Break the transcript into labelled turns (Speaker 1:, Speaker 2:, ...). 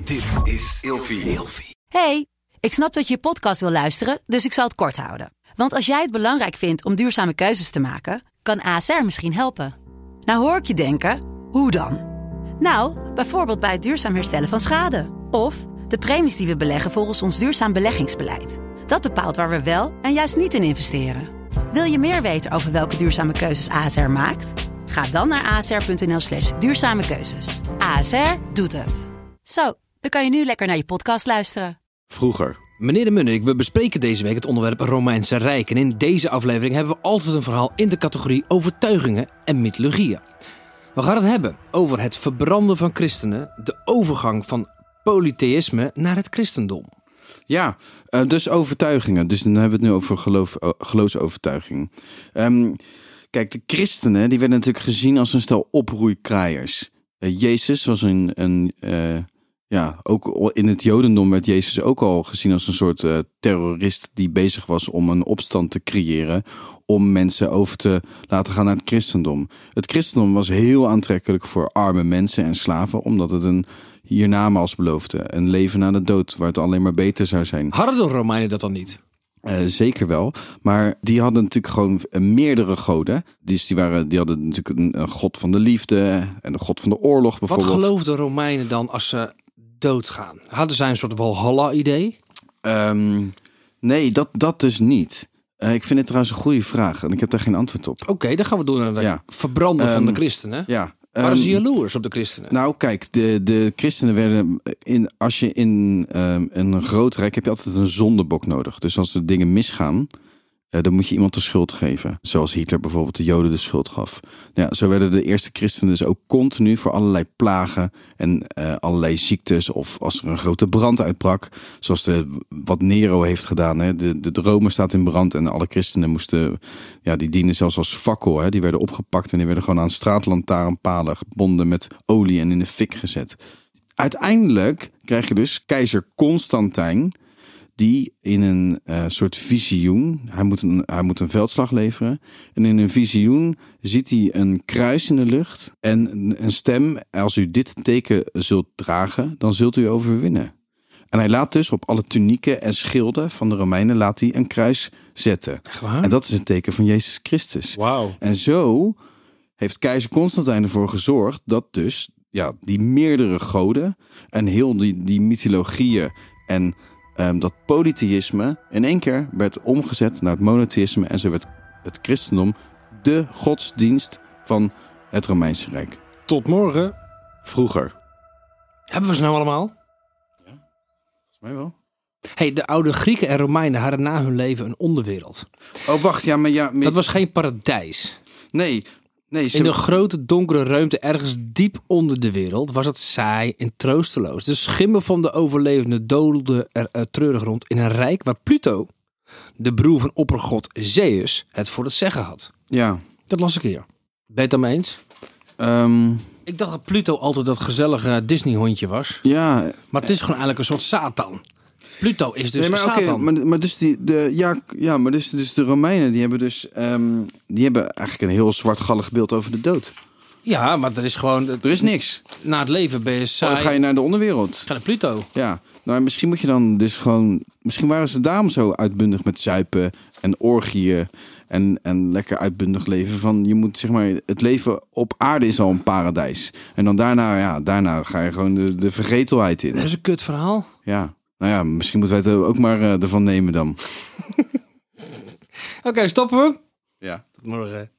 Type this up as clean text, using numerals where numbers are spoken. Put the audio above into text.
Speaker 1: Dit is Ilfie.
Speaker 2: Hey, ik snap dat je je podcast wil luisteren, dus ik zal het kort houden. Want als jij het belangrijk vindt om duurzame keuzes te maken, kan ASR misschien helpen. Nou hoor ik je denken, hoe dan? Nou, bijvoorbeeld bij het duurzaam herstellen van schade. Of de premies die we beleggen volgens ons duurzaam beleggingsbeleid. Dat bepaalt waar we wel en juist niet in investeren. Wil je meer weten over welke duurzame keuzes ASR maakt? Ga dan naar asr.nl/duurzame keuzes. ASR doet het. Zo, dan kan je nu lekker naar je podcast luisteren.
Speaker 3: Vroeger.
Speaker 4: Meneer de Munnik, we bespreken deze week het onderwerp Romeinse Rijk. En in deze aflevering hebben we altijd een verhaal in de categorie overtuigingen en mythologieën. We gaan het hebben over het verbranden van christenen, de overgang van polytheïsme naar het christendom.
Speaker 3: Ja, dus overtuigingen. Dus dan hebben we het nu over geloofsovertuiging. Kijk, de christenen die werden natuurlijk gezien als een stel oproeikraaiers. Jezus was ook in het jodendom werd Jezus ook al gezien als een soort terrorist die bezig was om een opstand te creëren om mensen over te laten gaan naar het christendom. Het christendom was heel aantrekkelijk voor arme mensen en slaven, omdat het een hiernamaals beloofde. Een leven na de dood, waar het alleen maar beter zou zijn.
Speaker 4: Hadden de Romeinen dat dan niet?
Speaker 3: Zeker wel, maar die hadden natuurlijk gewoon meerdere goden. Dus die hadden natuurlijk een god van de liefde en een god van de oorlog bijvoorbeeld.
Speaker 4: Wat geloofden Romeinen dan als ze doodgaan? Hadden zij een soort Valhalla-idee?
Speaker 3: Nee, dat dus niet. Ik vind het trouwens een goede vraag en ik heb daar geen antwoord op.
Speaker 4: Oké, dan gaan we door naar het verbranden van de christenen.
Speaker 3: Ja.
Speaker 4: Waren ze jaloers op de christenen?
Speaker 3: Nou, kijk, de christenen werden als je in een groot rijk heb je altijd een zondebok nodig. Dus als er dingen misgaan, dan moet je iemand de schuld geven. Zoals Hitler bijvoorbeeld de Joden de schuld gaf. Ja, zo werden de eerste christenen dus ook continu voor allerlei plagen en allerlei ziektes. Of als er een grote brand uitbrak, zoals wat Nero heeft gedaan. Hè. De Rome staat in brand en alle christenen die dienden zelfs als fakkel. Hè. Die werden opgepakt en die werden gewoon aan straatlantaarnpalen gebonden met olie en in de fik gezet. Uiteindelijk krijg je dus keizer Constantijn, die in een soort visioen, hij moet een veldslag leveren. En in een visioen ziet hij een kruis in de lucht en een stem: als u dit teken zult dragen, dan zult u overwinnen. En hij laat dus op alle tunieken en schilden van de Romeinen een kruis zetten.
Speaker 4: Echt waar?
Speaker 3: En dat is een teken van Jezus Christus.
Speaker 4: Wauw.
Speaker 3: En zo heeft keizer Constantijn ervoor gezorgd dat dus die meerdere goden en heel die mythologieën en dat polytheïsme in één keer werd omgezet naar het monotheïsme. En zo werd het christendom de godsdienst van het Romeinse Rijk.
Speaker 4: Tot morgen.
Speaker 3: Vroeger.
Speaker 4: Hebben we ze nou allemaal?
Speaker 3: Ja, volgens mij wel.
Speaker 4: Hey, de oude Grieken en Romeinen hadden na hun leven een onderwereld.
Speaker 3: Oh, wacht.
Speaker 4: Dat was geen paradijs.
Speaker 3: Nee.
Speaker 4: In de grote donkere ruimte ergens diep onder de wereld was het saai en troosteloos. De schimmen van de overlevenden doolden er treurig rond in een rijk waar Pluto, de broer van oppergod Zeus, het voor het zeggen had.
Speaker 3: Ja.
Speaker 4: Dat las ik hier. Ben je het daarmee eens? Ik dacht dat Pluto altijd dat gezellige Disney-hondje was.
Speaker 3: Ja.
Speaker 4: Maar het is gewoon eigenlijk een soort Satan. Pluto is dus Satan.
Speaker 3: Maar dus de Romeinen die hebben eigenlijk een heel zwartgallig beeld over de dood.
Speaker 4: Ja, maar er is gewoon...
Speaker 3: Er is niks.
Speaker 4: Na het leven ben je saai.
Speaker 3: Dan ga je naar de onderwereld.
Speaker 4: Ga naar Pluto.
Speaker 3: Ja, nou misschien moet je dan dus gewoon... Misschien waren ze daarom zo uitbundig met zuipen en orgieën en lekker uitbundig leven. Van je moet zeg maar, het leven op aarde is al een paradijs. En dan daarna ga je gewoon de vergetelheid in.
Speaker 4: Dat is een kut verhaal.
Speaker 3: Ja. Nou ja, misschien moeten wij het ook maar ervan nemen dan.
Speaker 4: Oké, stoppen we?
Speaker 3: Ja.
Speaker 4: Tot morgen.